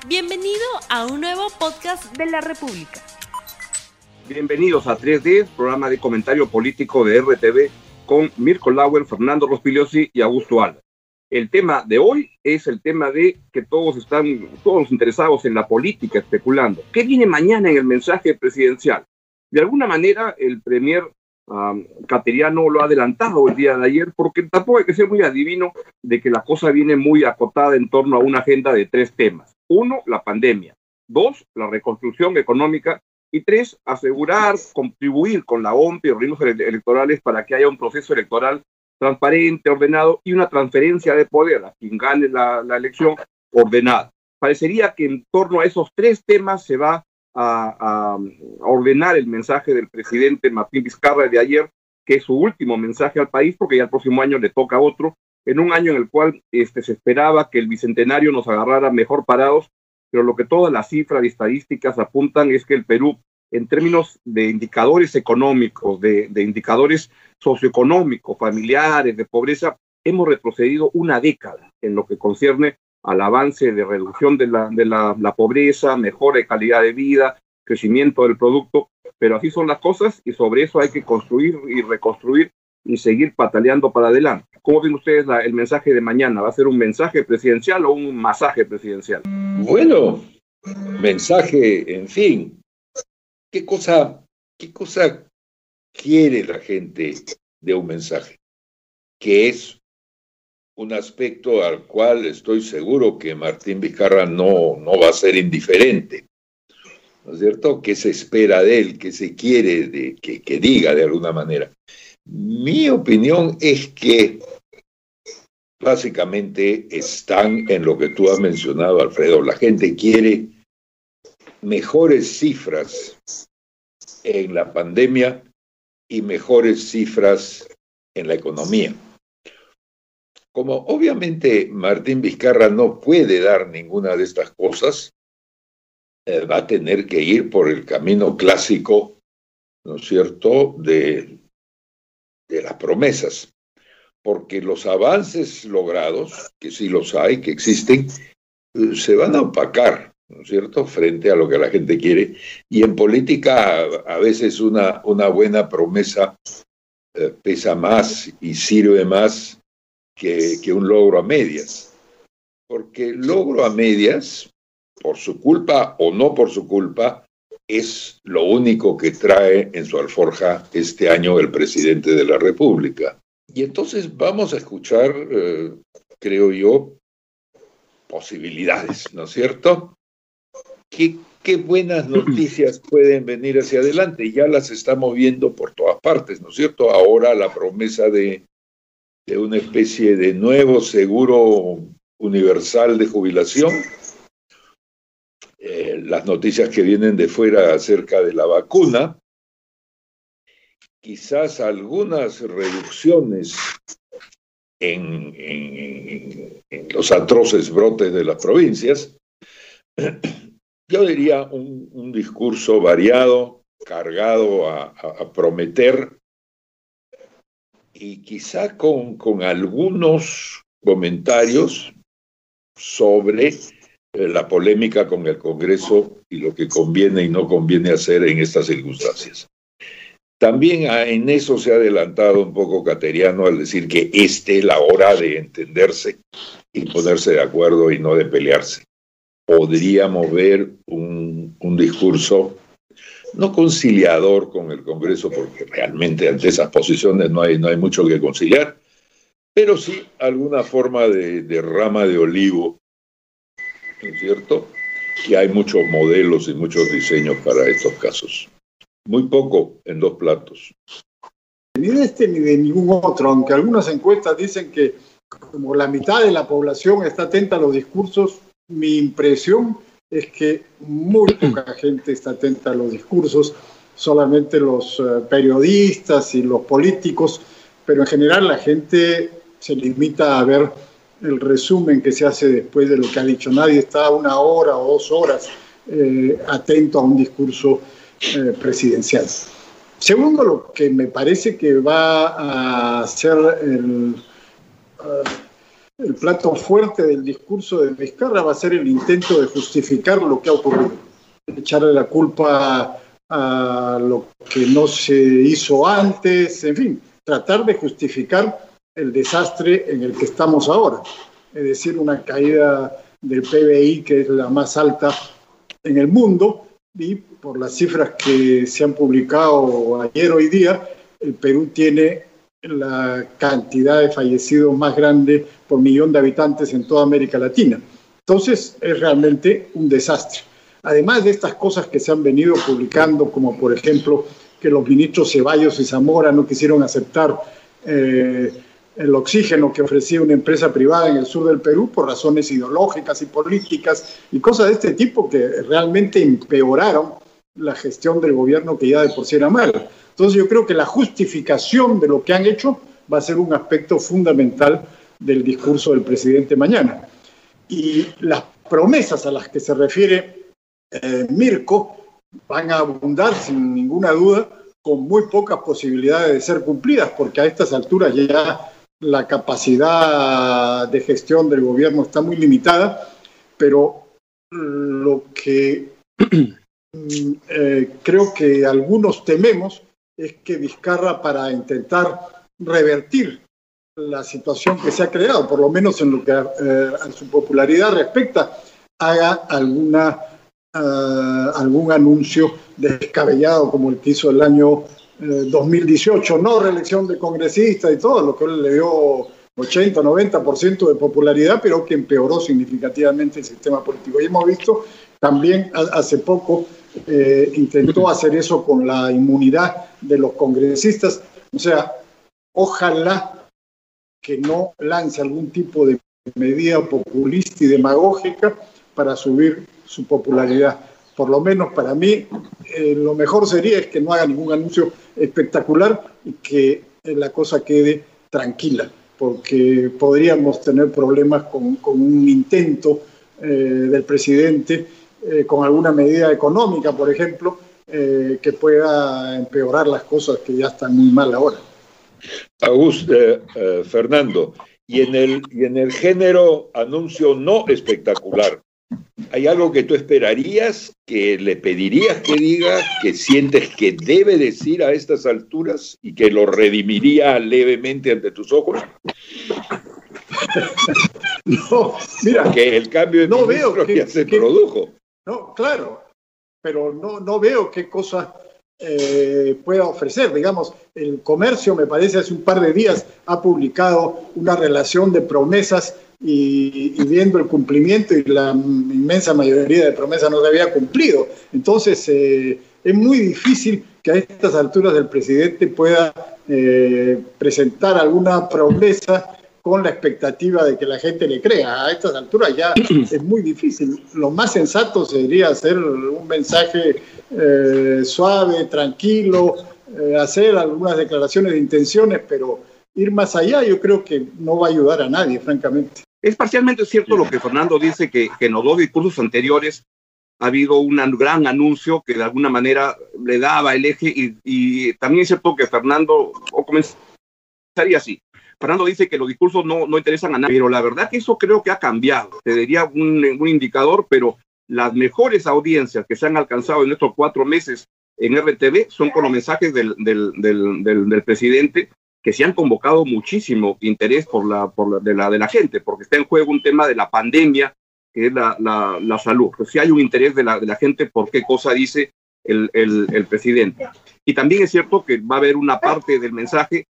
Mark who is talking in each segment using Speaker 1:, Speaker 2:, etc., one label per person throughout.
Speaker 1: Bienvenido a un nuevo podcast de la República.
Speaker 2: Bienvenidos a 3D, programa de comentario político de RTV con Mirko Lauer, Fernando Rospigliosi y Augusto Alba. El tema de hoy es el tema de que todos los interesados en la política especulando. ¿Qué viene mañana en el mensaje presidencial? De alguna manera el premier cateriano lo ha adelantado el día de ayer, porque tampoco hay que ser muy adivino de que la cosa viene muy acotada en torno a una agenda de 3 temas. 1, la pandemia. 2, la reconstrucción económica. Y 3, asegurar, contribuir con la OMP y organismos electorales para que haya un proceso electoral transparente, ordenado y una transferencia de poder a quien gane la elección ordenada. Parecería que en torno a esos 3 temas se va a ordenar el mensaje del presidente Martín Vizcarra de ayer, que es su último mensaje al país, porque ya el próximo año le toca otro, en un año en el cual se esperaba que el bicentenario nos agarrara mejor parados, pero lo que todas las cifras y estadísticas apuntan es que el Perú, en términos de indicadores económicos, de indicadores socioeconómicos, familiares, de pobreza, hemos retrocedido una década en lo que concierne al avance de reducción de la pobreza, mejora de calidad de vida, crecimiento del producto, pero así son las cosas y sobre eso hay que construir y reconstruir y seguir pataleando para adelante. ¿Cómo ven ustedes el mensaje de mañana? ¿Va a ser un mensaje presidencial o un masaje presidencial?
Speaker 3: Bueno, mensaje, en fin. ¿Qué cosa quiere la gente de un mensaje? Que es un aspecto al cual estoy seguro que Martín Vizcarra no va a ser indiferente, ¿no es cierto? ¿Qué se espera de él? ¿Qué se quiere que diga de alguna manera? Mi opinión es que básicamente están en lo que tú has mencionado, Alfredo. La gente quiere mejores cifras en la pandemia y mejores cifras en la economía. Como obviamente Martín Vizcarra no puede dar ninguna de estas cosas, va a tener que ir por el camino clásico, ¿no es cierto?, de las promesas, porque los avances logrados, que sí los hay, que existen, se van a opacar, ¿no es cierto?, frente a lo que la gente quiere. Y en política a veces una buena promesa pesa más y sirve más que un logro a medias. Porque logro a medias, por su culpa o no por su culpa, es lo único que trae en su alforja este año el presidente de la República. Y entonces vamos a escuchar, creo yo, posibilidades, ¿no es cierto? ¿Qué buenas noticias pueden venir hacia adelante? Ya las estamos viendo por todas partes, ¿no es cierto? Ahora la promesa de una especie de nuevo seguro universal de jubilación, las noticias que vienen de fuera acerca de la vacuna, quizás algunas reducciones en los atroces brotes de las provincias. Yo diría un discurso variado, cargado a prometer, y quizá con algunos comentarios sobre la polémica con el Congreso y lo que conviene y no conviene hacer en estas circunstancias. También en eso se ha adelantado un poco cateriano al decir que es la hora de entenderse y ponerse de acuerdo y no de pelearse. Podríamos ver un discurso no conciliador con el Congreso, porque realmente ante esas posiciones no hay mucho que conciliar, pero sí alguna forma de rama de olivo, ¿no es cierto? Que hay muchos modelos y muchos diseños para estos casos. Muy poco en 2 platos.
Speaker 4: Ni de este ni de ningún otro, aunque algunas encuestas dicen que como la mitad de la población está atenta a los discursos, mi impresión es que muy poca gente está atenta a los discursos, solamente los periodistas y los políticos, pero en general la gente se limita a ver el resumen que se hace después de lo que ha dicho. Nadie está 1 hora o 2 horas atento a un discurso presidencial. Segundo, lo que me parece que va a ser el plato fuerte del discurso de Vizcarra va a ser el intento de justificar lo que ha ocurrido, echarle la culpa a lo que no se hizo antes, en fin, tratar de justificar el desastre en el que estamos ahora, es decir, una caída del PBI que es la más alta en el mundo, y por las cifras que se han publicado ayer, hoy día, el Perú tiene la cantidad de fallecidos más grande por millón de habitantes en toda América Latina. Entonces, es realmente un desastre. Además de estas cosas que se han venido publicando, como por ejemplo que los ministros Ceballos y Zamora no quisieron aceptar el oxígeno que ofrecía una empresa privada en el sur del Perú por razones ideológicas y políticas y cosas de este tipo que realmente empeoraron la gestión del gobierno, que ya de por sí era mala. Entonces yo creo que la justificación de lo que han hecho va a ser un aspecto fundamental del discurso del presidente mañana. Y las promesas a las que se refiere Mirko van a abundar sin ninguna duda, con muy pocas posibilidades de ser cumplidas, porque a estas alturas ya la capacidad de gestión del gobierno está muy limitada, pero lo que creo que algunos tememos es que Vizcarra, para intentar revertir la situación que se ha creado, por lo menos en lo que a su popularidad respecta, haga algún anuncio descabellado como el que hizo el año 2018, no reelección de congresistas y todo, lo que le dio 80-90% de popularidad, pero que empeoró significativamente el sistema político. Y hemos visto también hace poco intentó hacer eso con la inmunidad de los congresistas. O sea, ojalá que no lance algún tipo de medida populista y demagógica para subir su popularidad. Por lo menos para mí, lo mejor sería es que no haga ningún anuncio espectacular y que la cosa quede tranquila, porque podríamos tener problemas con un intento del presidente con alguna medida económica, por ejemplo, que pueda empeorar las cosas que ya están muy mal ahora.
Speaker 3: Fernando, y en el género anuncio no espectacular, ¿hay algo que tú esperarías, que le pedirías que diga, que sientes que debe decir a estas alturas y que lo redimiría levemente ante tus ojos?
Speaker 4: No, mira,
Speaker 3: que el cambio de
Speaker 4: no
Speaker 3: ministro
Speaker 4: veo
Speaker 3: ya se produjo.
Speaker 4: No, claro, pero no veo qué cosa pueda ofrecer. Digamos, el Comercio, me parece, hace un par de días ha publicado una relación de promesas y viendo el cumplimiento, y la inmensa mayoría de promesas no se había cumplido. Entonces, es muy difícil que a estas alturas el presidente pueda presentar alguna promesa con la expectativa de que la gente le crea. A estas alturas ya es muy difícil. Lo más sensato sería hacer un mensaje suave, tranquilo, hacer algunas declaraciones de intenciones, pero ir más allá yo creo que no va a ayudar a nadie, francamente.
Speaker 2: Es parcialmente cierto lo que Fernando dice, que en los dos discursos anteriores ha habido un gran anuncio que de alguna manera le daba el eje, y también es cierto que Fernando, o comenzaría así, Fernando dice que los discursos no interesan a nadie, pero la verdad que eso creo que ha cambiado. Te diría un indicador, pero las mejores audiencias que se han alcanzado en estos 4 meses en RTV son con los mensajes del presidente, que se han convocado muchísimo interés de la gente, porque está en juego un tema de la pandemia, que es la salud. Pues si hay un interés de la gente por qué cosa dice el presidente. Y también es cierto que va a haber una parte del mensaje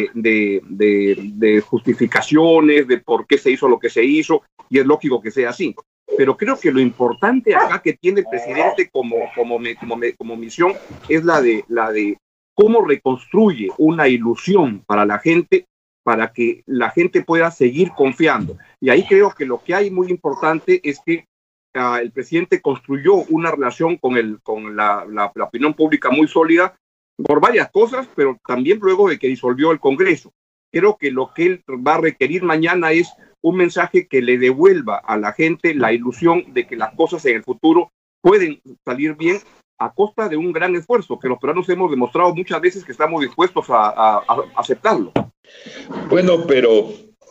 Speaker 2: de justificaciones, de por qué se hizo lo que se hizo, y es lógico que sea así. Pero creo que lo importante acá que tiene el presidente como misión es la de cómo reconstruye una ilusión para la gente, para que la gente pueda seguir confiando. Y ahí creo que lo que hay muy importante es que el presidente construyó una relación con la opinión pública muy sólida por varias cosas, pero también luego de que disolvió el Congreso. Creo que lo que él va a requerir mañana es un mensaje que le devuelva a la gente la ilusión de que las cosas en el futuro pueden salir bien a costa de un gran esfuerzo, que los peruanos hemos demostrado muchas veces que estamos dispuestos a aceptarlo.
Speaker 3: Bueno, pero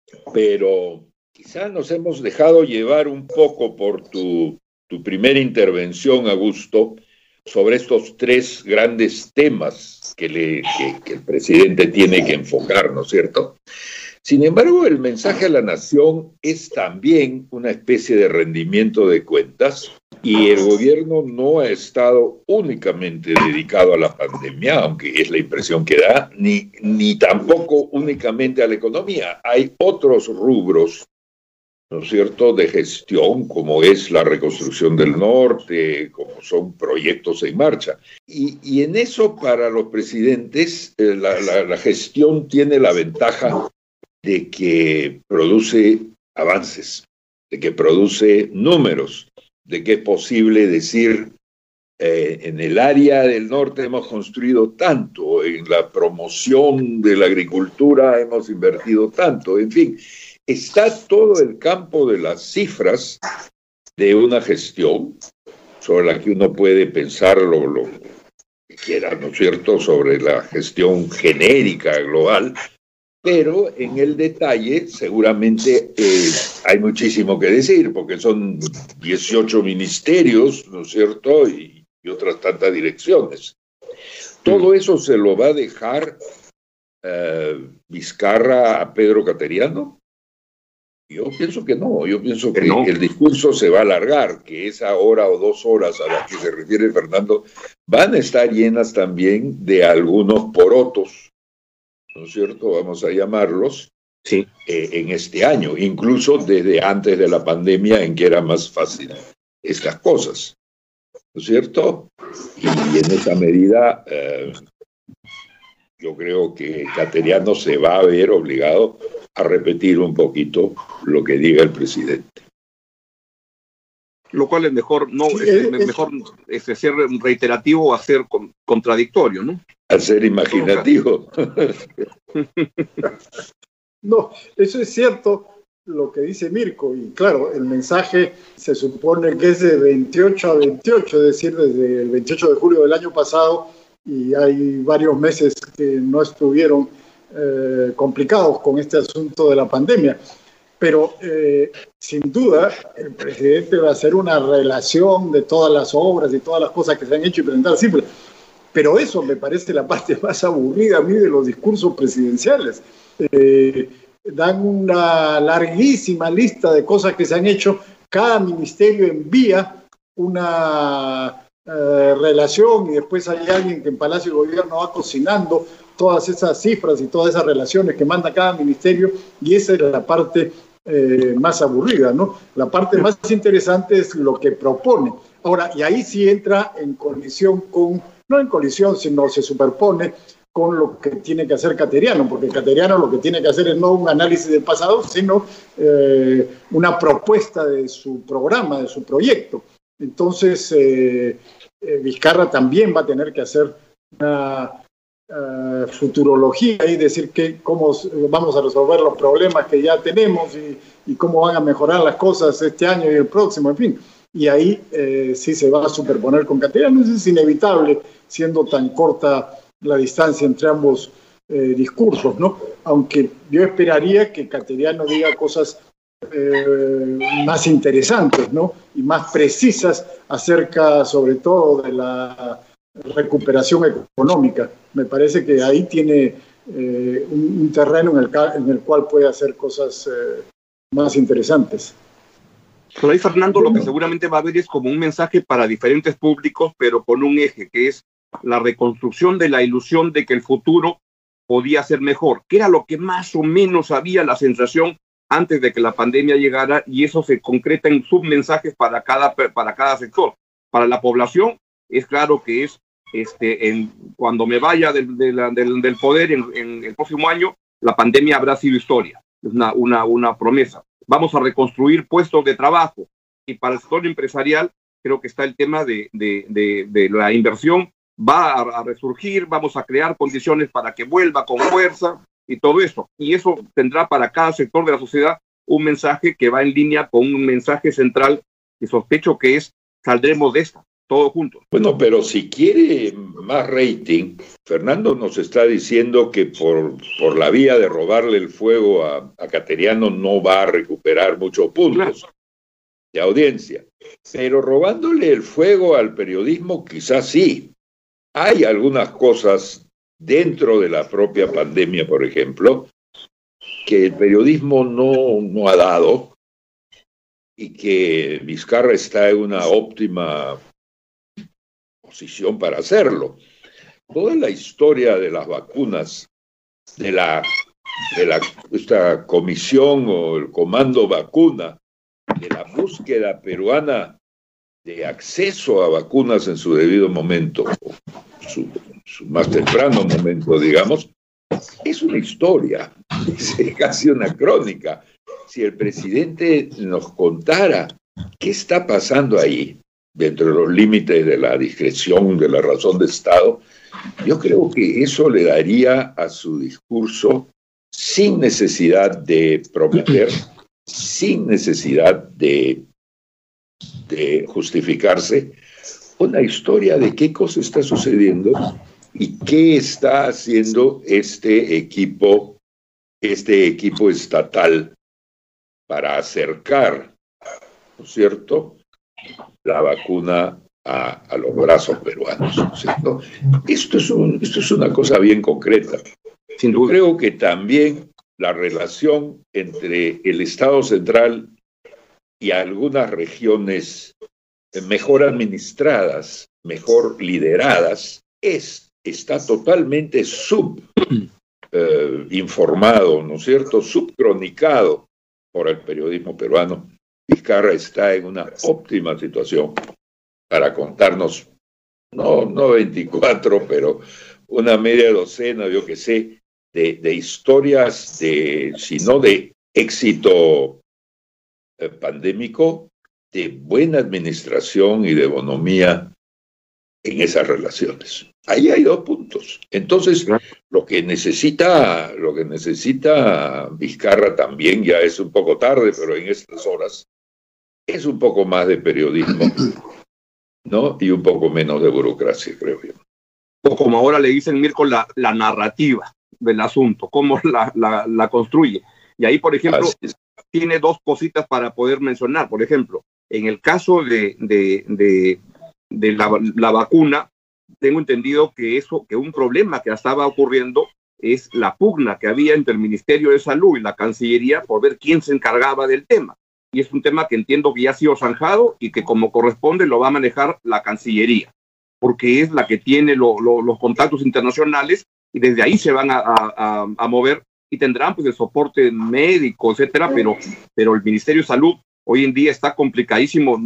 Speaker 3: pero quizá nos hemos dejado llevar un poco por tu primera intervención, Augusto, sobre estos tres grandes temas que el presidente tiene que enfocar, ¿no es cierto? Sin embargo, el mensaje a la nación es también una especie de rendimiento de cuentas y el gobierno no ha estado únicamente dedicado a la pandemia, aunque es la impresión que da, ni tampoco únicamente a la economía. Hay otros rubros, ¿no es cierto?, de gestión, como es la reconstrucción del norte, como son proyectos en marcha. Y en eso, para los presidentes, la gestión tiene la ventaja de que produce avances, de que produce números, de que es posible decir, en el área del norte hemos construido tanto, en la promoción de la agricultura hemos invertido tanto, en fin, está todo el campo de las cifras de una gestión sobre la que uno puede pensar lo que quiera, ¿no es cierto?, sobre la gestión genérica, global, pero en el detalle seguramente hay muchísimo que decir, porque son 18 ministerios, ¿no es cierto?, y otras tantas direcciones. Todo eso se lo va a dejar Vizcarra a Pedro Cateriano. Yo pienso que no, yo pienso que no. El discurso se va a alargar, que esa hora o 2 horas a las que se refiere Fernando van a estar llenas también de algunos porotos, ¿no es cierto?, vamos a llamarlos,
Speaker 2: sí,
Speaker 3: en este año, incluso desde antes de la pandemia, en que era más fácil estas cosas, ¿no es cierto? Y en esa medida yo creo que Cateriano se va a ver obligado a repetir un poquito lo que diga el presidente.
Speaker 2: Lo cual es mejor, no,
Speaker 4: Sí,
Speaker 2: mejor ser reiterativo o a ser contradictorio, ¿no?
Speaker 3: A ser imaginativo.
Speaker 4: No, eso es cierto lo que dice Mirko, y claro, el mensaje se supone que es de 28 a 28, es decir, desde el 28 de julio del año pasado, y hay varios meses que no estuvieron complicados con este asunto de la pandemia. Pero sin duda el presidente va a hacer una relación de todas las obras y todas las cosas que se han hecho y presentar cifras. Pero eso me parece la parte más aburrida a mí de los discursos presidenciales. Dan una larguísima lista de cosas que se han hecho. Cada ministerio envía una relación y después hay alguien que en Palacio de Gobierno va cocinando todas esas cifras y todas esas relaciones que manda cada ministerio, y esa es la parte más aburrida, ¿no? La parte más interesante es lo que propone. Ahora, y ahí sí entra en colisión con, no en colisión, sino se superpone con lo que tiene que hacer Cateriano, porque Cateriano lo que tiene que hacer es no un análisis del pasado, sino una propuesta de su programa, de su proyecto. Entonces, Vizcarra también va a tener que hacer una futurología y decir cómo vamos a resolver los problemas que ya tenemos y cómo van a mejorar las cosas este año y el próximo, en fin. Y ahí sí se va a superponer con Cateriano. Eso es inevitable, siendo tan corta la distancia entre ambos discursos, ¿no? Aunque yo esperaría que Cateriano diga cosas más interesantes, ¿no?, y más precisas acerca, sobre todo, de la recuperación económica. Me parece que ahí tiene un terreno en el cual puede hacer cosas más interesantes.
Speaker 2: Pero ahí, Fernando, lo que seguramente va a haber es como un mensaje para diferentes públicos, pero con un eje, que es la reconstrucción de la ilusión de que el futuro podía ser mejor, que era lo que más o menos había la sensación antes de que la pandemia llegara, y eso se concreta en submensajes para cada sector. Para la población, es claro que es cuando me vaya del poder en el próximo año, la pandemia habrá sido historia. Es una promesa. Vamos a reconstruir puestos de trabajo. Y para el sector empresarial, creo que está el tema de la inversión. Va a resurgir, vamos a crear condiciones para que vuelva con fuerza y todo eso. Y eso tendrá para cada sector de la sociedad un mensaje que va en línea con un mensaje central que sospecho que es: saldremos de esta. todos juntos.
Speaker 3: Bueno, pero si quiere más rating, Fernando nos está diciendo que por la vía de robarle el fuego a Cateriano no va a recuperar muchos puntos de audiencia. Pero robándole el fuego al periodismo, quizás sí. Hay algunas cosas dentro de la propia pandemia, por ejemplo, que el periodismo no ha dado y que Vizcarra está en una óptima posición para hacerlo. Toda la historia de las vacunas, de esta comisión o el comando vacuna, de la búsqueda peruana de acceso a vacunas en su debido momento, su más temprano momento, digamos, es una historia, es casi una crónica. Si el presidente nos contara qué está pasando ahí, dentro de los límites de la discreción, de la razón de Estado, yo creo que eso le daría a su discurso, sin necesidad de prometer, sin necesidad de justificarse, una historia de qué cosa está sucediendo y qué está haciendo este equipo estatal para acercar, ¿no es cierto?, la vacuna a los brazos peruanos, ¿no es cierto? Esto es una cosa bien concreta.
Speaker 2: Sin duda.
Speaker 3: Creo que también la relación entre el Estado central y algunas regiones mejor administradas, mejor lideradas, está totalmente informado, ¿no es cierto?, subcronicado por el periodismo peruano. Vizcarra está en una óptima situación para contarnos, no 24, pero una media docena, yo que sé, de historias, si no de éxito pandémico, de buena administración y de bonomía en esas relaciones. Ahí hay dos puntos. Entonces, lo que necesita Vizcarra también, ya es un poco tarde, pero en estas horas, es un poco más de periodismo, ¿no? Y un poco menos de burocracia, creo yo.
Speaker 2: O como ahora le dicen, Mirko, la narrativa del asunto, cómo la construye. Y ahí, por ejemplo, tiene dos cositas para poder mencionar. Por ejemplo, en el caso de la vacuna, tengo entendido que un problema que estaba ocurriendo es la pugna que había entre el Ministerio de Salud y la Cancillería por ver quién se encargaba del tema. Y es un tema que entiendo que ya ha sido zanjado y que como corresponde lo va a manejar la Cancillería, porque es la que tiene los contactos internacionales y desde ahí se van a mover y tendrán pues el soporte médico, etcétera, pero el Ministerio de Salud hoy en día está complicadísimo,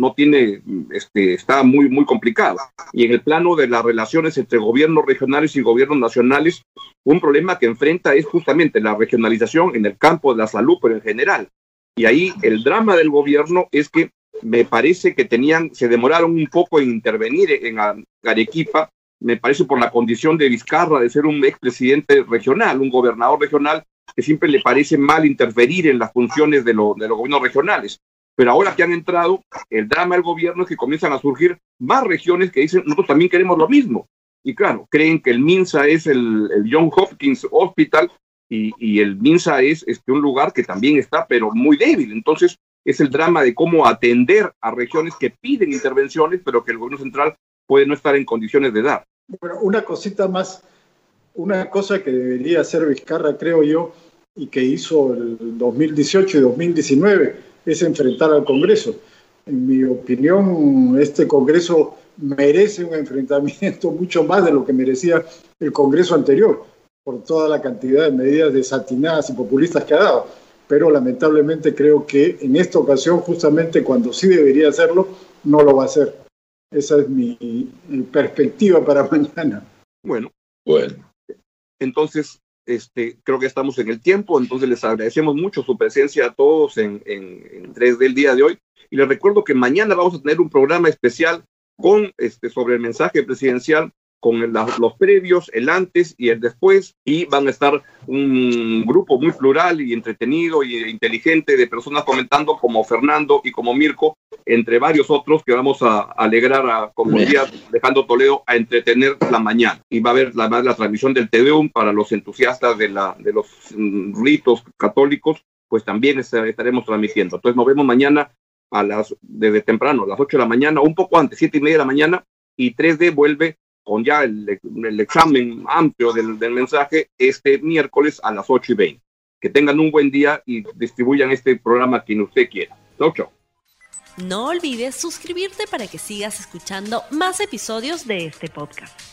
Speaker 2: está muy, muy complicado. Y en el plano de las relaciones entre gobiernos regionales y gobiernos nacionales, un problema que enfrenta es justamente la regionalización en el campo de la salud, pero en general. Y ahí el drama del gobierno es que me parece que se demoraron un poco en intervenir en Arequipa, me parece por la condición de Vizcarra de ser un expresidente regional, un gobernador regional que siempre le parece mal interferir en las funciones de los gobiernos regionales. Pero ahora que han entrado, el drama del gobierno es que comienzan a surgir más regiones que dicen, nosotros también queremos lo mismo. Y claro, creen que el MINSA es el John Hopkins Hospital y el MINSA es un lugar que también está, pero muy débil. Entonces, es el drama de cómo atender a regiones que piden intervenciones, pero que el gobierno central puede no estar en condiciones de dar.
Speaker 4: Bueno, una cosita más, una cosa que debería hacer Vizcarra, creo yo, y que hizo el 2018 y 2019, es enfrentar al Congreso. En mi opinión, este Congreso merece un enfrentamiento mucho más de lo que merecía el Congreso anterior, por toda la cantidad de medidas desatinadas y populistas que ha dado. Pero lamentablemente creo que en esta ocasión, justamente cuando sí debería hacerlo, no lo va a hacer. Esa es mi perspectiva para mañana.
Speaker 2: Bueno. Entonces, creo que estamos en el tiempo, entonces les agradecemos mucho su presencia a todos en 3D el día de hoy. Y les recuerdo que mañana vamos a tener un programa especial sobre el mensaje presidencial con los previos, el antes y el después, y van a estar un grupo muy plural y entretenido y inteligente de personas comentando, como Fernando y como Mirko, entre varios otros, que vamos a alegrar a comunidad Alejandro Toledo a entretener la mañana. Y va a haber la transmisión del Te Deum para los entusiastas de los ritos católicos, pues también estaremos transmitiendo. Entonces nos vemos mañana desde temprano, a las 8 de la mañana, un poco antes, 7:30 de la mañana, y 3D vuelve con ya el examen amplio del mensaje este miércoles a las 8:20. Que tengan un buen día y distribuyan este programa a quien usted quiera. Chau.
Speaker 1: No olvides suscribirte para que sigas escuchando más episodios de este podcast.